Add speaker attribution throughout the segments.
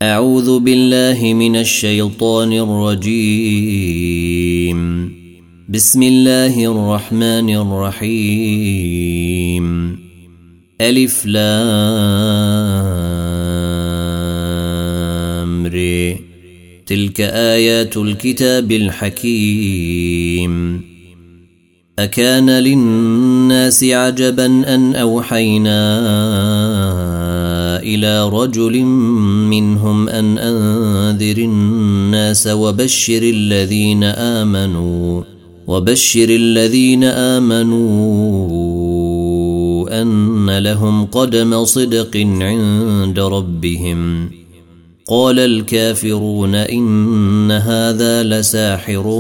Speaker 1: أعوذ بالله من الشيطان الرجيم. بسم الله الرحمن الرحيم. ألف لام ر. تلك آيات الكتاب الحكيم. أكان للناس عجبا أن أوحينا إلى رجل منهم أن أنذر الناس وبشر الذين آمنوا أن لهم قدم صدق عند ربهم. قال الكافرون إن هذا لساحر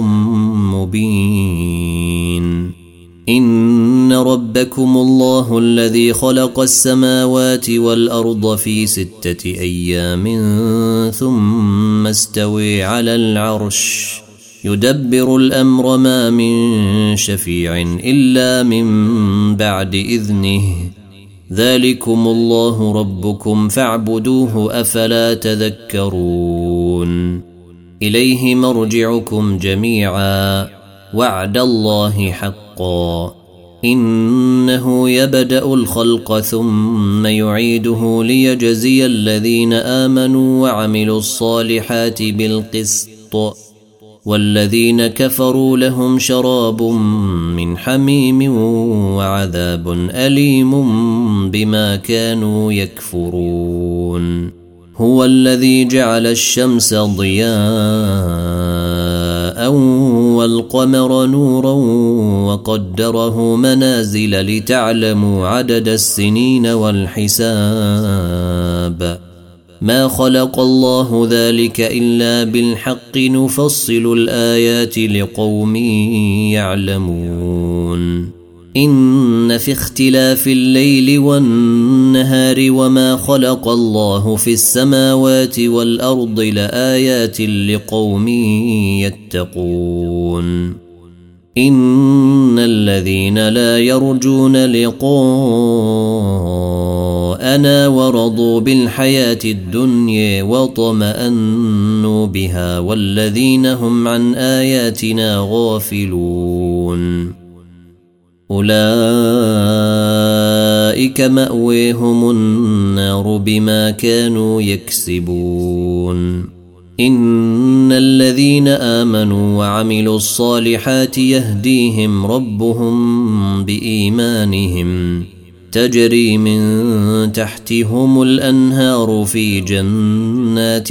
Speaker 1: مبين. إن ربكم الله الذي خلق السماوات والأرض في 6 أيام ثم استوى على العرش يدبر الأمر ما من شفيع إلا من بعد إذنه. ذلكم الله ربكم فاعبدوه أفلا تذكرون. إليه مرجعكم جميعا وعد الله حقا. إنه يبدأ الخلق ثم يعيده ليجزي الذين آمنوا وعملوا الصالحات بالقسط والذين كفروا لهم شراب من حميم وعذاب أليم بما كانوا يكفرون. هو الذي جعل الشمس ضياء والقمر نورا وقدره منازل لتعلموا عدد السنين والحساب. ما خلق الله ذلك إلا بالحق نفصل الآيات لقوم يعلمون. إن في اختلاف الليل والنهار وما خلق الله في السماوات والأرض لآيات لقوم يتقون. إن الذين لا يرجون لقاءنا ورضوا بالحياة الدنيا وطمأنوا بها والذين هم عن آياتنا غافلون أولئك مأويهم النار بما كانوا يكسبون. إن الذين آمنوا وعملوا الصالحات يهديهم ربهم بإيمانهم تجري من تحتهم الأنهار في جنات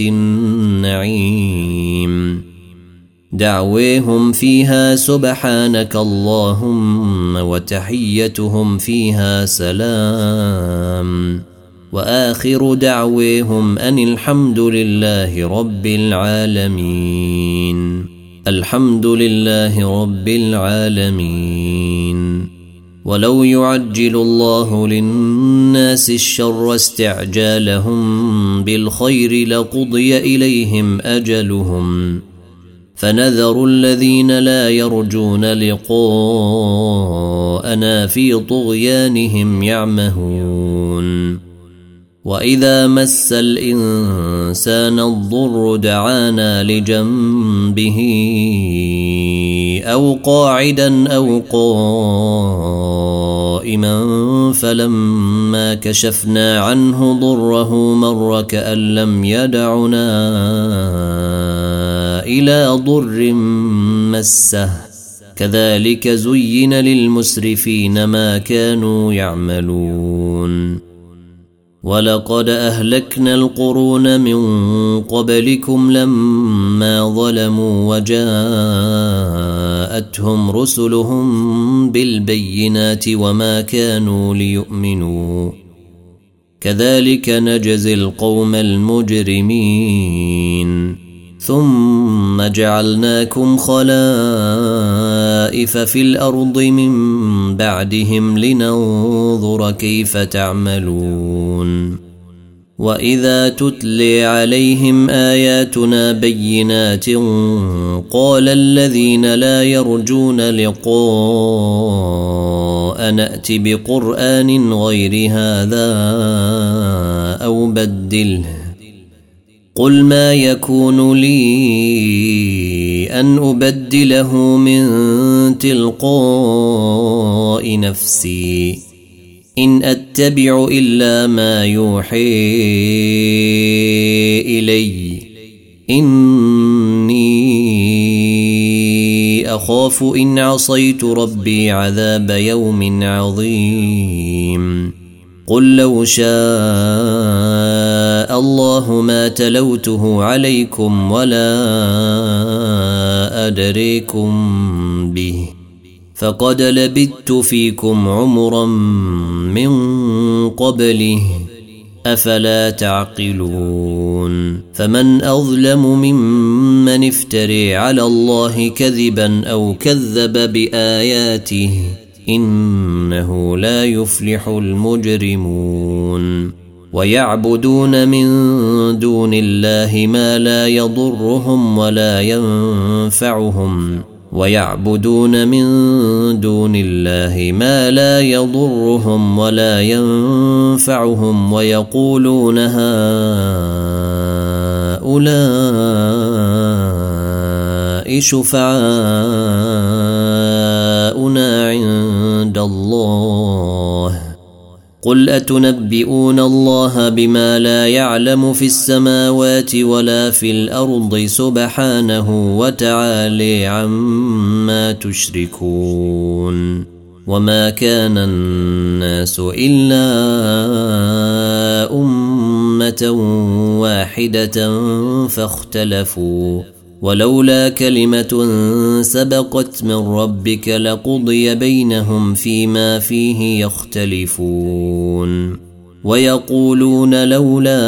Speaker 1: النعيم. دعويهم فيها سبحانك اللهم وتحيتهم فيها سلام وآخر دعويهم أن الحمد لله رب العالمين. الحمد لله رب العالمين. ولو يعجل الله للناس الشر استعجالهم بالخير لقضي إليهم أجلهم فنذر الذين لا يرجون لقاءنا في طغيانهم يعمهون. وإذا مس الإنسان الضر دعانا لجنبه أو قاعدا أو قائما فلما كشفنا عنه ضره مر كأن لم يدعنا إلى ضر مسه. كذلك زين للمسرفين ما كانوا يعملون. ولقد أهلكنا القرون من قبلكم لما ظلموا وجاءتهم رسلهم بالبينات وما كانوا ليؤمنوا. كذلك نجزي القوم المجرمين. ثم جعلناكم خلائف في الأرض من بعدهم لننظر كيف تعملون. وإذا تتلي عليهم آياتنا بينات قال الذين لا يرجون لقاء نأت بقرآن غير هذا أو بدله قل ما يكون لي أن أبدله من تلقاء نفسي إن أتبع إلا ما يوحي إلي إني أخاف إن عصيت ربي عذاب يوم عظيم قل لو شاء الله ما تلوته عليكم ولا أدريكم به فقد لبثت فيكم عمرا من قبله أفلا تعقلون فمن أظلم ممن افتري على الله كذبا أو كذب بآياته إنه لا يفلح المجرمون ويعبدون من دون الله ما لا يضرهم ولا ينفعهم ويعبدون من دون الله ما لا يضرهم ولا ينفعهم ويقولون هؤلاء شفعاؤنا عند الله قل أتنبئون الله بما لا يعلم في السماوات ولا في الأرض سبحانه وتعالى عما تشركون وما كان الناس إلا أمة واحدة فاختلفوا ولولا كلمة سبقت من ربك لقضي بينهم فيما فيه يختلفون ويقولون لولا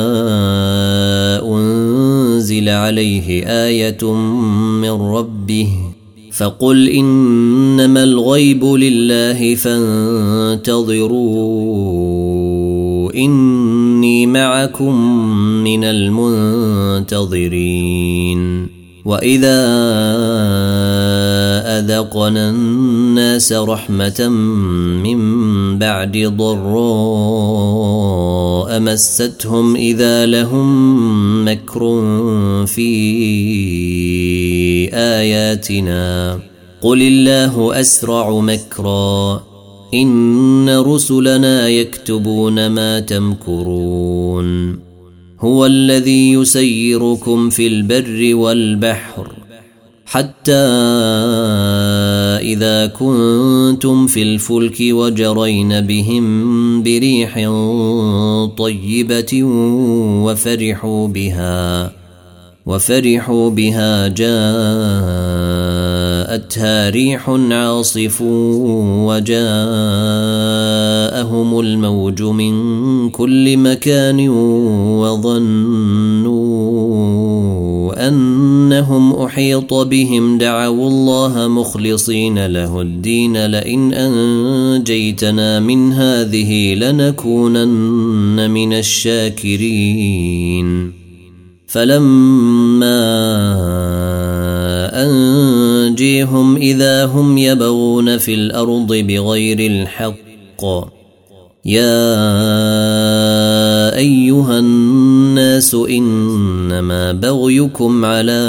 Speaker 1: أنزل عليه آية من ربه فقل إنما الغيب لله فانتظروا إني معكم من المنتظرين وإذا أذقنا الناس رحمة من بعد ضراء مستهم إذا لهم مكر في آياتنا قل الله أسرع مكرا إن رسلنا يكتبون ما تمكرون هو الذي يسيركم في البر والبحر حتى إذا كنتم في الفلك وجرين بهم بريح طيبة وفرحوا بها جاءتها ريح عاصف وجاءهم الموج من كل مكان وظنوا أنهم أحيط بهم دعوا الله مخلصين له الدين لئن أنجيتنا من هذه لنكونن من الشاكرين فلما أنجيهم إذا هم يبغون في الأرض بغير الحق يا أيها الناس إنما بغيكم على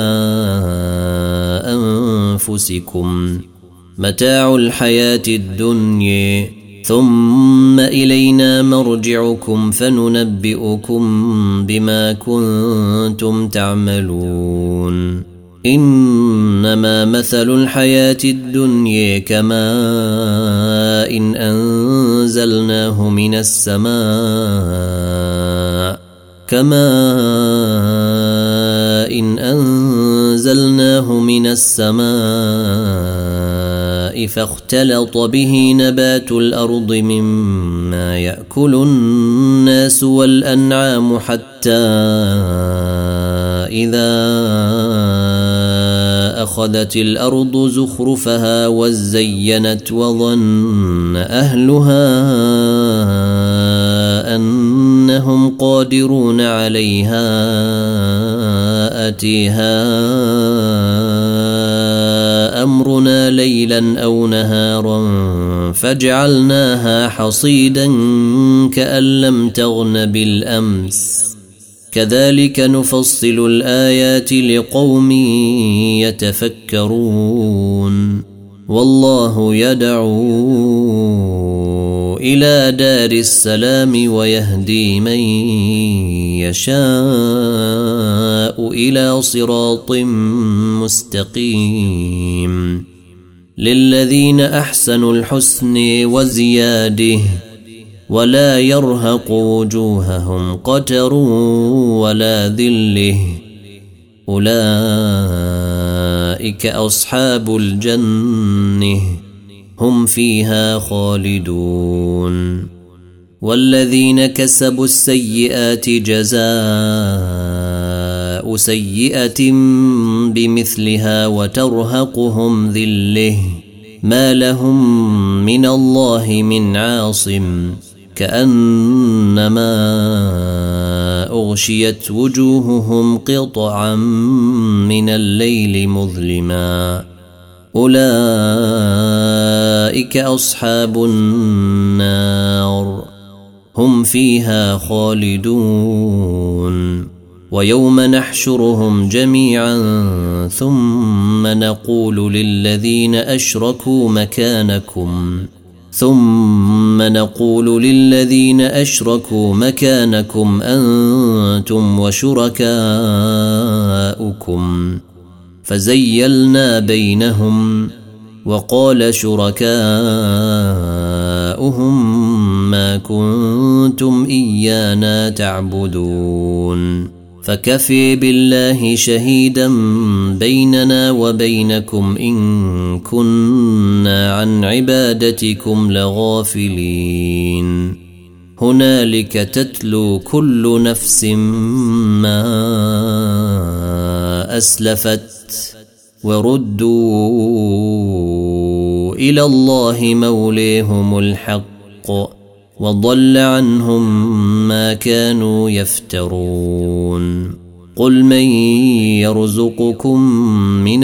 Speaker 1: أنفسكم متاع الحياة الدنيا ثم إلينا مرجعكم فننبئكم بما كنتم تعملون إنما مثل الحياة الدنيا كماء إن أنزلناه من السماء فاختلط به نبات الأرض مما يأكل الناس والأنعام حتى إذا أخذت الأرض زخرفها وزينت وظن أهلها أنهم قادرون عليها أتيها أمرنا ليلا أو نهارا فجعلناها حصيدا كأن لم تغن بالأمس كذلك نفصل الآيات لقوم يتفكرون والله يدعو إلى دار السلام ويهدي من يشاء إلى صراط مستقيم للذين أحسنوا الحسن وزياده ولا يرهق وجوههم قتر ولا ذله أولئك أصحاب الجنة هم فيها خالدون والذين كسبوا السيئات جزاء سيئة بمثلها وترهقهم ذلة ما لهم من الله من عاصم كأنما أغشيت وجوههم قطعا من الليل مظلما أولئك أصحاب النار هم فيها خالدون ويوم نحشرهم جميعا ثم نقول للذين أشركوا مكانكم أنتم وشركاؤكم فزيلنا بينهم وقال شركاؤهم ما كنتم إيانا تعبدون فكفي بالله شهيدا بيننا وبينكم إن كنا عن عبادتكم لغافلين هنالك تتلو كل نفس ما أسلفت وردوا إلى الله موليهم الحق وضل عنهم ما كانوا يفترون قل من يرزقكم من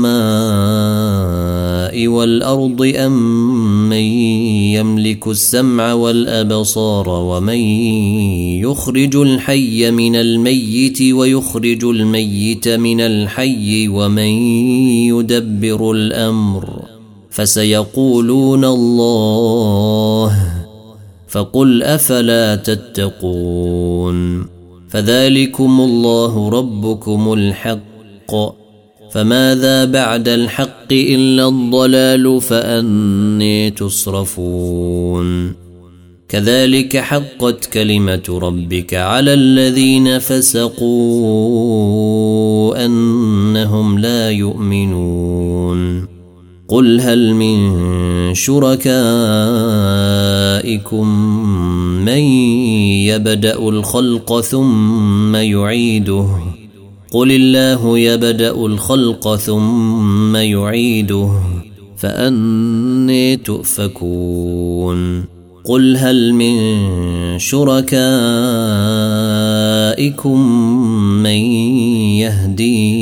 Speaker 1: السماء والأرض أم من يملك السمع والأبصار ومن يخرج الحي من الميت ويخرج الميت من الحي ومن يدبر الأمر فسيقولون الله فقل أفلا تتقون فذلكم الله ربكم الحق فماذا بعد الحق إلا الضلال فأني تصرفون كذلك حقت كلمة ربك على الذين فسقوا أنهم لا يؤمنون قل هل من شركائكم من يبدأ الخلق ثم يعيده قل الله يبدأ الخلق ثم يعيده فأني تؤفكون قل هل من شركائكم من يهدي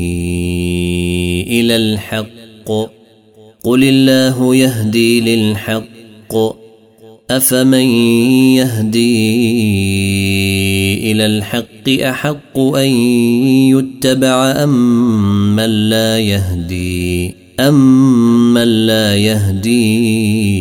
Speaker 1: إلى الحق قل الله يهدي للحق أفمن يهدي إلى الحق أحق أن يتبع أم من لا يهدي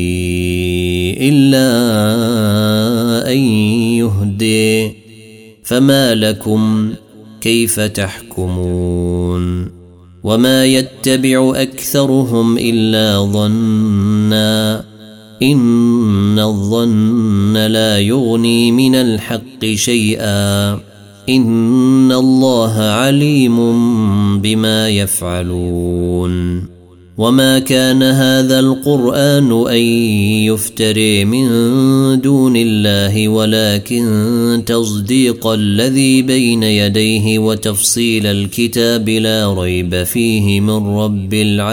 Speaker 1: إلا أن يهدي فما لكم كيف تحكمون وما يتبع أكثرهم إلا ظنا إن الظن لا يغني من الحق شيئا إن الله عليم بما يفعلون وما كان هذا القرآن أن يفتري من دون الله ولكن تصديق الذي بين يديه وتفصيل الكتاب لا ريب فيه من رب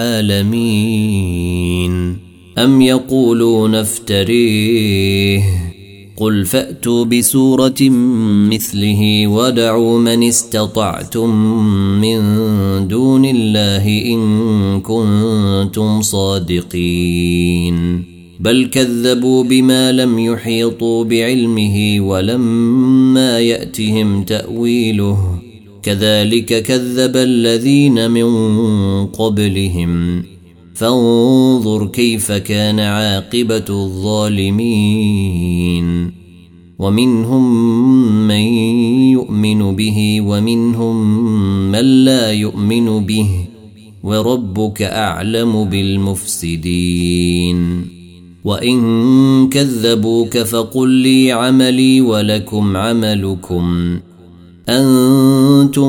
Speaker 1: العالمين أم يقولون افتريه قل فأتوا بسورة مثله ودعوا من استطعتم من دون الله إن كنتم صادقين بل كذبوا بما لم يحيطوا بعلمه ولما يأتهم تأويله كذلك كذب الذين من قبلهم فانظر كيف كان عاقبة الظالمين ومنهم من يؤمن به ومنهم من لا يؤمن به وربك أعلم بالمفسدين وإن كذبوك فقل لي عملي ولكم عملكم أنتم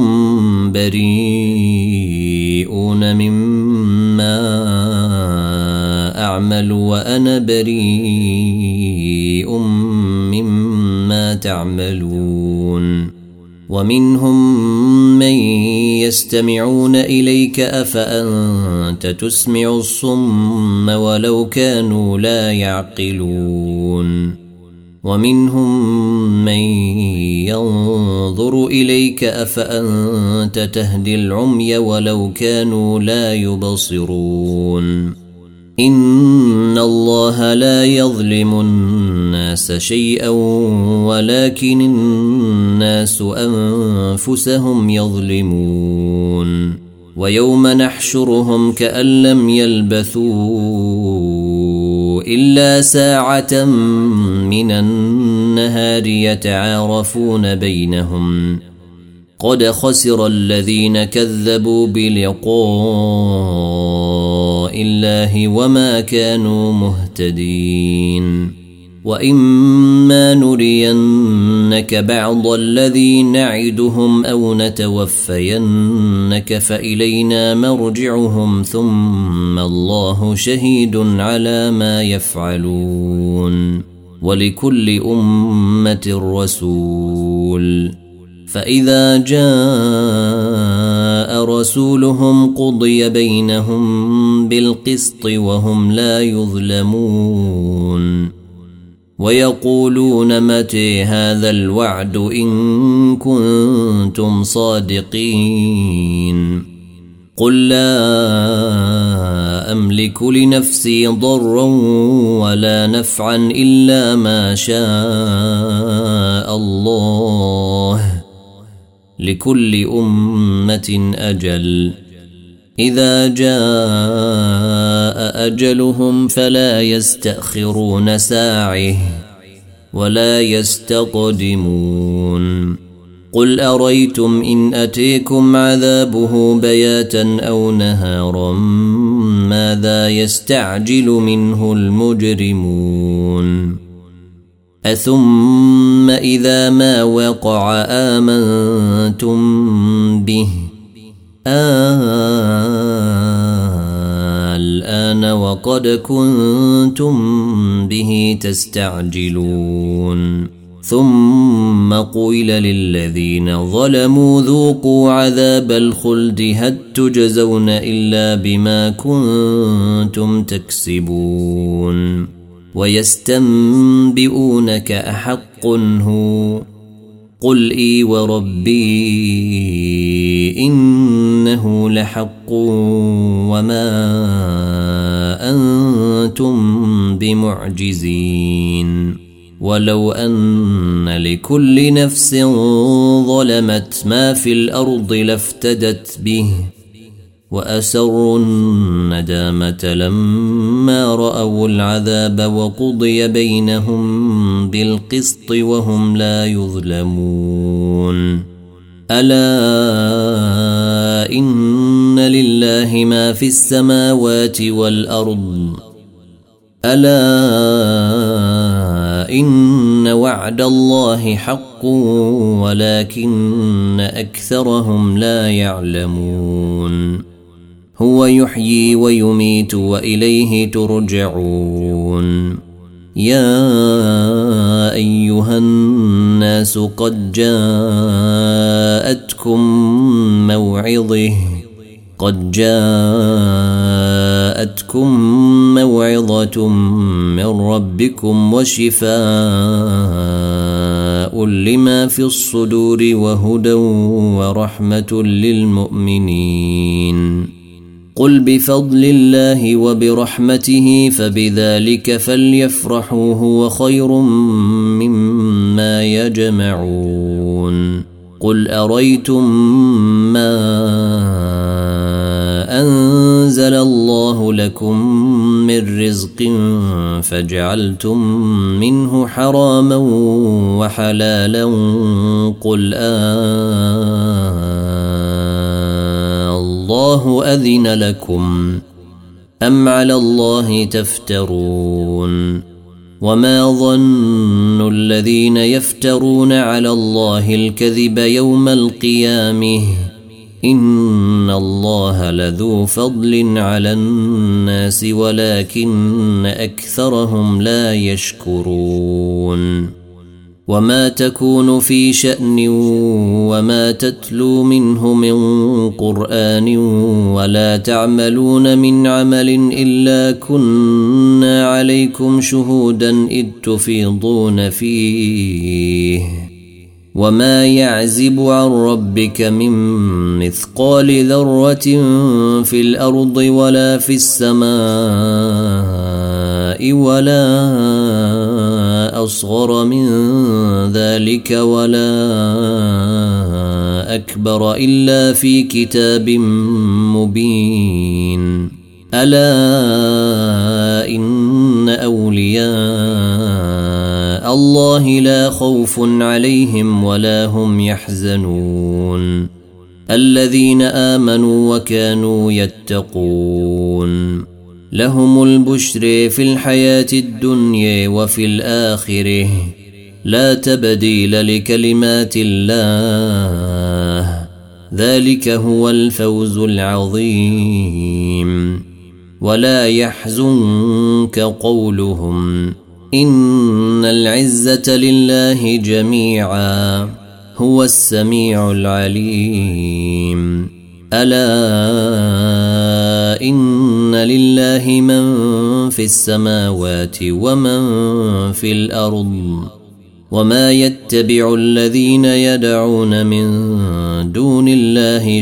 Speaker 1: بريئون مما أعمل وأنا بريء مما تعملون ومنهم من يستمعون إليك أفأنت تسمع الصم ولو كانوا لا يعقلون ومنهم من ينظر إليك أفأنت تهدي العمي ولو كانوا لا يبصرون إن الله لا يظلم الناس شيئا ولكن الناس أنفسهم يظلمون ويوم نحشرهم كأن لم يلبثوا إلا ساعة من النهار يتعارفون بينهم قد خسر الذين كذبوا بلقاء الله وما كانوا مهتدين وإما نرينك بعض الذي نعدهم أو نتوفينك فإلينا مرجعهم ثم الله شهيد على ما يفعلون ولكل أمة رسول فإذا جاء رسولهم قضي بينهم بالقسط وهم لا يظلمون ويقولون متى هذا الوعد إن كنتم صادقين قل لا أملك لنفسي ضرا ولا نفعا إلا ما شاء الله لكل أمة أجل إذا جاء أجلهم فلا يستأخرون ساعة ولا يستقدمون قل أريتم إن أتيكم عذابه بياتا أو نهارا ماذا يستعجل منه المجرمون أثم إذا ما وقع آمنتم به الآن وقد كنتم به تستعجلون ثم قيل للذين ظلموا ذوقوا عذاب الخلد هل تجزون إلا بما كنتم تكسبون ويستنبئونك أحق هو قل إي وربي إنه لحق وما أنتم بمعجزين ولو أن لكل نفس ظلمت ما في الأرض لافتدت به وأسروا الندامة لما رأوا العذاب وقضي بينهم بالقسط وهم لا يظلمون ألا إن لله ما في السماوات والأرض ألا إن وعد الله حق ولكن أكثرهم لا يعلمون هو يحيي ويميت وإليه ترجعون يا أيها الناس قد جاءتكم موعظة من ربكم وشفاء لما في الصدور وهدى ورحمة للمؤمنين قل بفضل الله وبرحمته فبذلك فليفرحوا هو خير مما يجمعون قل أريتم ما أنزل الله لكم من رزق فجعلتم منه حراما وحلالا قل الله أذن لكم أم على الله تفترون وما ظن الذين يفترون على الله الكذب يوم القيامة إن الله لذو فضل على الناس ولكن أكثرهم لا يشكرون وما تكون في شأن وما تتلو منه من قرآن ولا تعملون من عمل إلا كنا عليكم شهودا إذ تفيضون فيه وما يعزب عن ربك من مثقال ذرة في الأرض ولا في السماء ولا أصغر من ذلك ولا أكبر إلا في كتاب مبين ألا إن أولياء الله لا خوف عليهم ولا هم يحزنون الذين آمنوا وكانوا يتقون لهم البشر في الحياة الدنيا وفي الآخرة لا تبديل لكلمات الله ذلك هو الفوز العظيم ولا يحزنك قولهم إن العزة لله جميعا هو السميع العليم ألا إن لله من في السماوات ومن في الأرض وما يتبع الذين يدعون من دون الله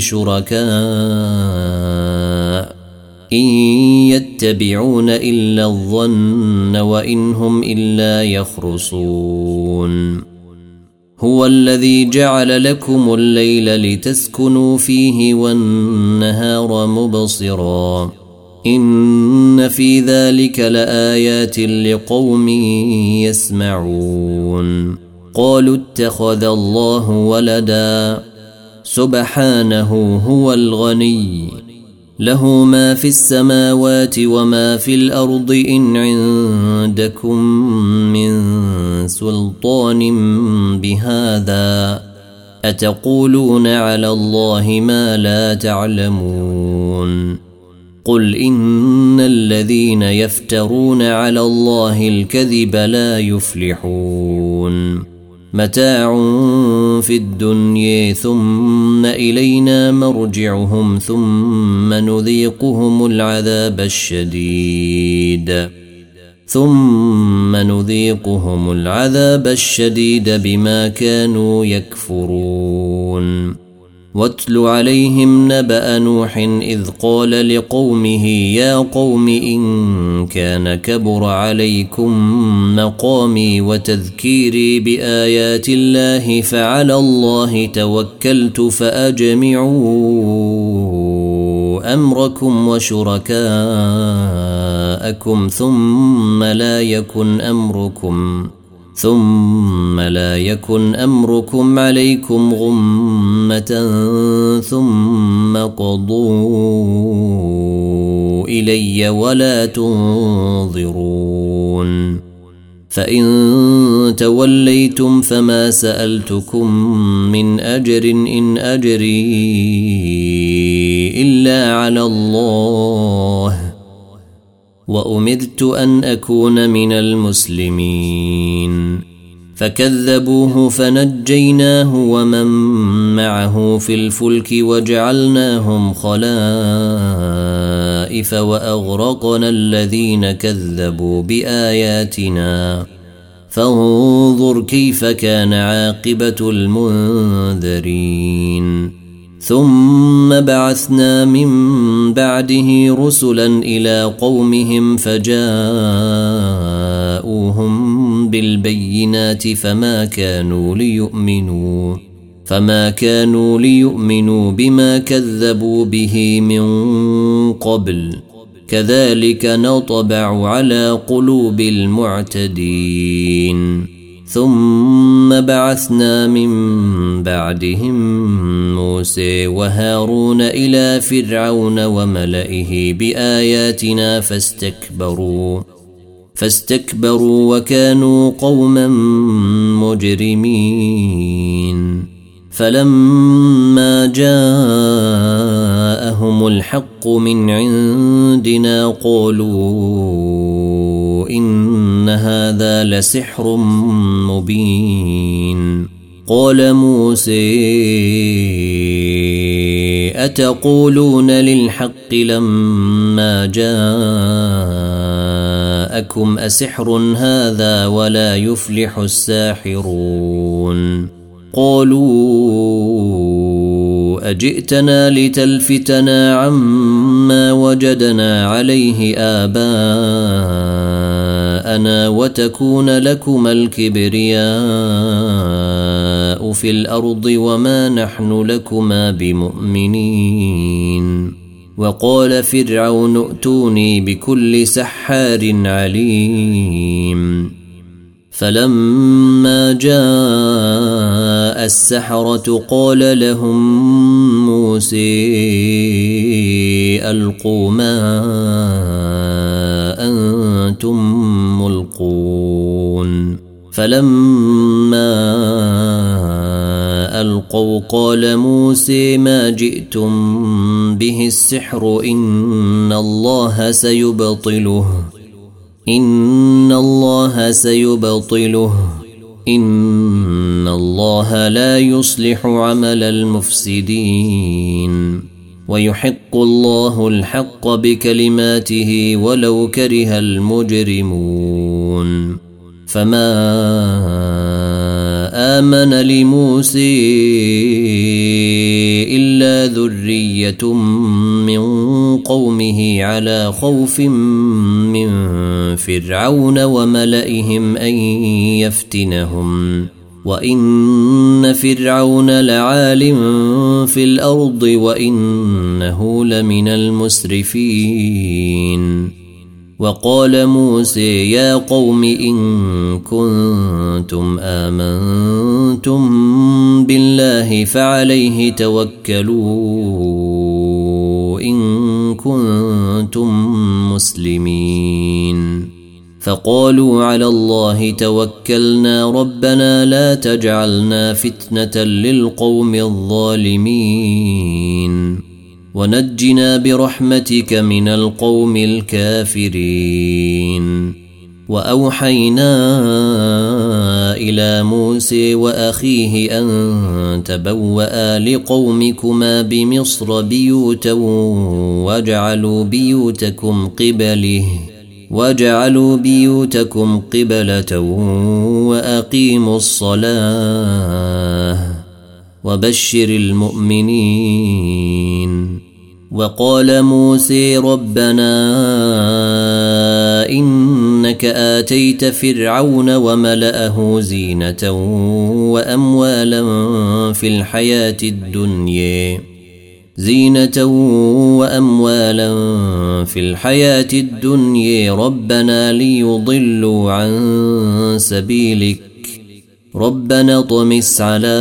Speaker 1: شركاء إن يتبعون إلا الظن وإن هم إلا يخرصون هو الذي جعل لكم الليل لتسكنوا فيه والنهار مبصرا إن في ذلك لآيات لقوم يسمعون قالوا اتخذ الله ولدا سبحانه هو الغني له ما في السماوات وما في الأرض إن عندكم من سلطان بهذا أتقولون على الله ما لا تعلمون قل إن الذين يفترون على الله الكذب لا يفلحون متاع في الدنيا ثم إلينا مرجعهم ثم نذيقهم العذاب الشديد بما كانوا يكفرون واتل عليهم نبأ نوح إذ قال لقومه يا قوم إن كان كبر عليكم مقامي وتذكيري بآيات الله فعلى الله توكلت فأجمعوا أمركم وشركاءكم ثم لا يكن أمركم عليكم غمة ثم قضوا إلي ولا تنظرون فإن توليتم فما سألتكم من أجر إن أجري إلا على الله وأمرت أن أكون من المسلمين فكذبوه فنجيناه ومن معه في الفلك وجعلناهم خلائف وأغرقنا الذين كذبوا بآياتنا فانظر كيف كان عاقبة المنذرين ثم بعثنا من بعده رسلا إلى قومهم فجاءوهم بالبينات فما كانوا ليؤمنوا بما كذبوا به من قبل كذلك نطبع على قلوب المعتدين. ثم بعثنا من بعدهم موسى وهارون إلى فرعون وملئه بآياتنا فاستكبروا وكانوا قوما مجرمين. فلما جاءهم الحق من عندنا قالوا إن هذا لسحر مبين. قال موسى أتقولون للحق لما جاءكم أسحر هذا ولا يفلح الساحرون. قالوا أجئتنا لتلفتنا عما وجدنا عليه آباءنا وتكون لكما الكبرياء في الأرض وما نحن لكما بمؤمنين. وقال فرعون ائتوني بكل سحار عليم. فلما جاء السحرة قال لهم موسى ألقوا ما أنتم ملقون. فلما ألقوا قال موسى ما جئتم به السحر إن الله سيبطله إن الله لا يصلح عمل المفسدين ويحق الله الحق بكلماته ولو كره المجرمون. فما آمن لموسى إلا ذرية من قومه على خوف من فرعون وملئهم أن يفتنهم وإن فرعون لعال في الأرض وإنه لمن المسرفين. وقال موسى يا قوم إن كنتم آمنتم بالله فعليه توكلوا إن كنتم مسلمين. فقالوا على الله توكلنا ربنا لا تجعلنا فتنة للقوم الظالمين ونجنا برحمتك من القوم الكافرين. وأوحينا إلى موسى وأخيه أن تبوأ لقومكما بمصر بيوتا واجعلوا بيوتكم قبلة وأقيموا الصلاة وبشر المؤمنين. وقال موسى ربنا إنك آتيت فرعون وملأه زينة وأموالا في الحياة الدنيا ربنا ليضلوا عن سبيلك ربنا طمس على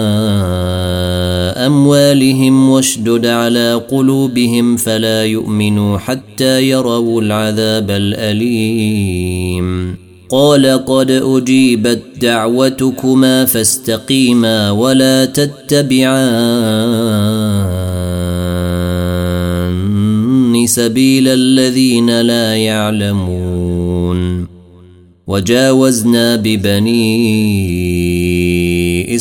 Speaker 1: أموالهم واشدد على قلوبهم فلا يؤمنوا حتى يروا العذاب الأليم. قال قد أجيبت دعوتكما فاستقيما ولا تتبعان سبيل الذين لا يعلمون. وجاوزنا ببني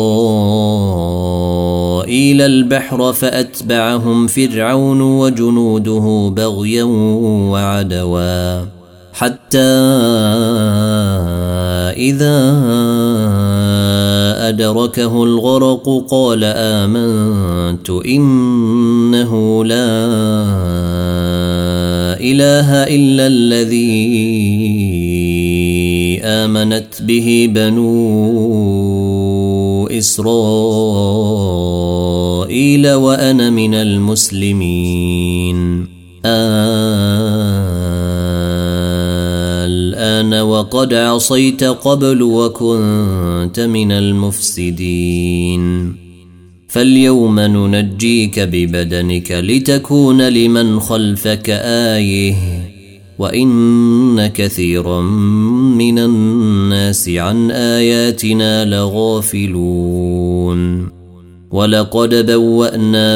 Speaker 1: إسرائيل البحر فأتبعهم فرعون وجنوده بغيا وعدوا حتى إذا أدركه الغرق قال آمنت إنه لا إله إلا الذي آمنت به بنو إسرائيل وأنا من المسلمين الآن وقد عصيت قبل وكنت من المفسدين فاليوم ننجيك ببدنك لتكون لمن خلفك آية وإن كثيرا من الناس عن آياتنا لغافلون ولقد بوأنا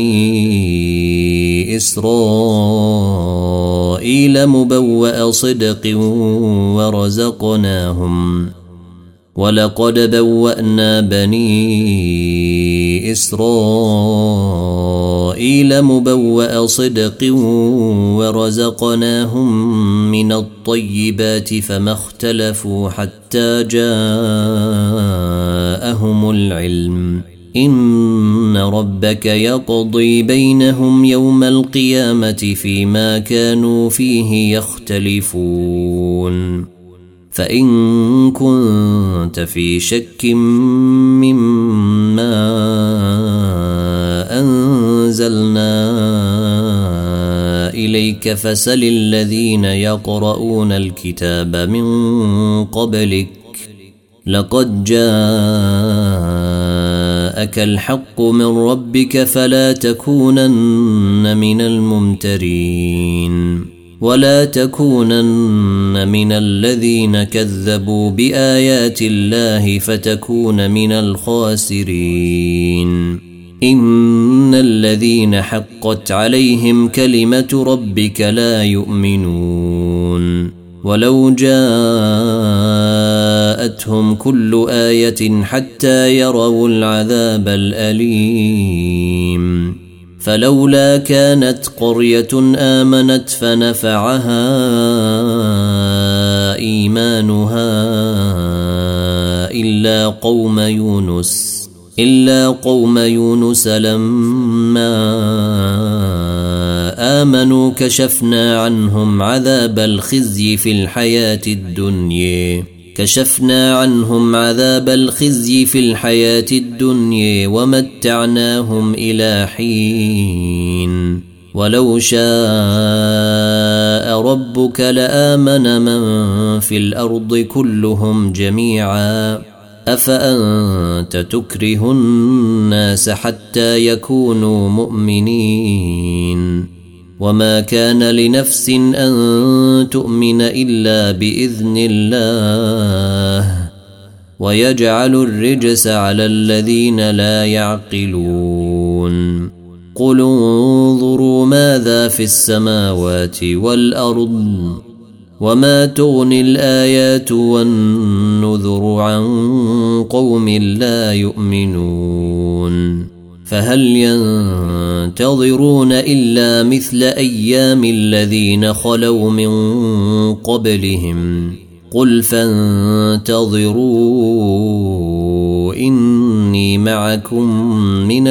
Speaker 1: بني إسرائيل مبوأ صدق ورزقناهم من الطيبات فما اختلفوا حتى جاءهم العلم إن ربك يقضي بينهم يوم القيامة فيما كانوا فيه يختلفون فإن كنت في شك مما أنزلنا إليك فسل الذين يقرؤون الكتاب من قبلك لقد جاءك الحق من ربك فلا تكونن من الممترين ولا تكونن من الذين كذبوا بآيات الله فتكون من الخاسرين إن الذين حقت عليهم كلمة ربك لا يؤمنون ولو جاءتهم كل آية حتى يروا العذاب الأليم فلولا كانت قرية آمنت فنفعها إيمانها إلا قوم يونس لما آمنوا كشفنا عنهم عذاب الخزي في الحياة الدنيا ومتعناهم إلى حين ولو شاء ربك لآمن من في الأرض كلهم جميعا أفأنت تكره الناس حتى يكونوا مؤمنين وما كان لنفس أن تؤمن إلا بإذن الله ويجعل الرجس على الذين لا يعقلون قل انظروا ماذا في السماوات والأرض وما تغني الآيات والنذر عن قوم لا يؤمنون فهل ينتظرون إلا مثل أيام الذين خلوا من قبلهم قل فانتظروا إني معكم من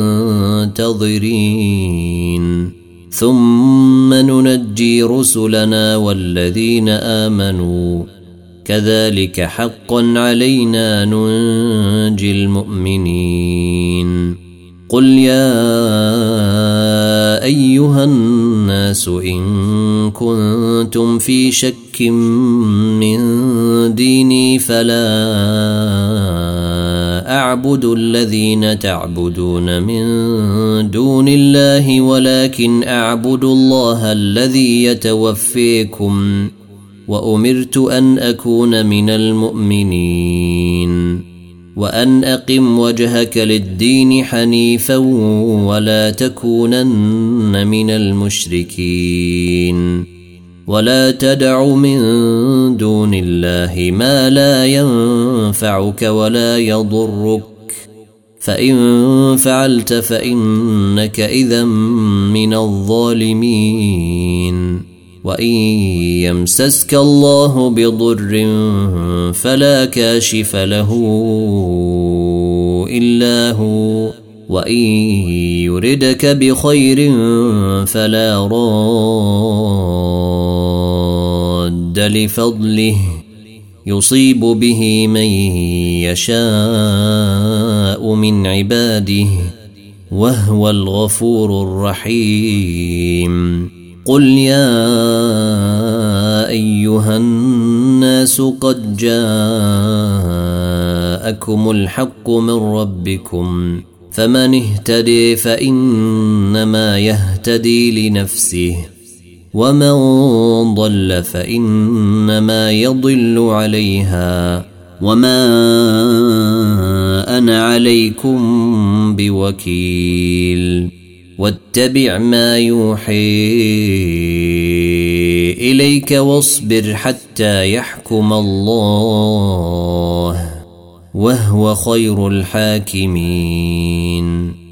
Speaker 1: المنتظرين ثم ننجي رسلنا والذين آمنوا كذلك حقا علينا ننجي المؤمنين قل يا أيها الناس إن كنتم في شك من ديني فلا أعبد الذين تعبدون من دون الله ولكن أعبد الله الذي يتوفيكم وأمرت أن أكون من المؤمنين وأن أقم وجهك للدين حنيفا ولا تكونن من المشركين ولا تدع من دون الله ما لا ينفعك ولا يضرك فإن فعلت فإنك إذا من الظالمين وإن يمسسك الله بضر فلا كاشف له إلا هو وإن يردك بخير فلا راد لفضله يصيب به من يشاء من عباده وهو الغفور الرحيم. قل يا أيها الناس قد جاءكم الحق من ربكم فمن اهتدي فإنما يهتدي لنفسه ومن ضل فإنما يضل عليها وما أنا عليكم بوكيل. واتبع ما يوحي إليك واصبر حتى يحكم الله وهو خير الحاكمين.